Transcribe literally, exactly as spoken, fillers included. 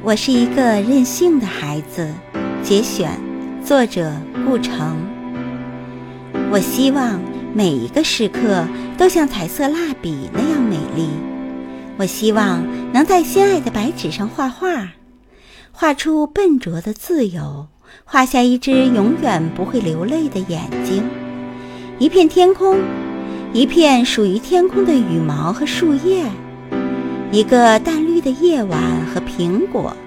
我是一个任性的孩子。节选，作者顾城。我希望每一个时刻都像彩色蜡笔那样美丽。我希望能在心爱的白纸上画画，画出笨拙的自由，画下一只永远不会流泪的眼睛，一片天空，一片属于天空的羽毛和树叶，一个淡绿的夜晚和苹果，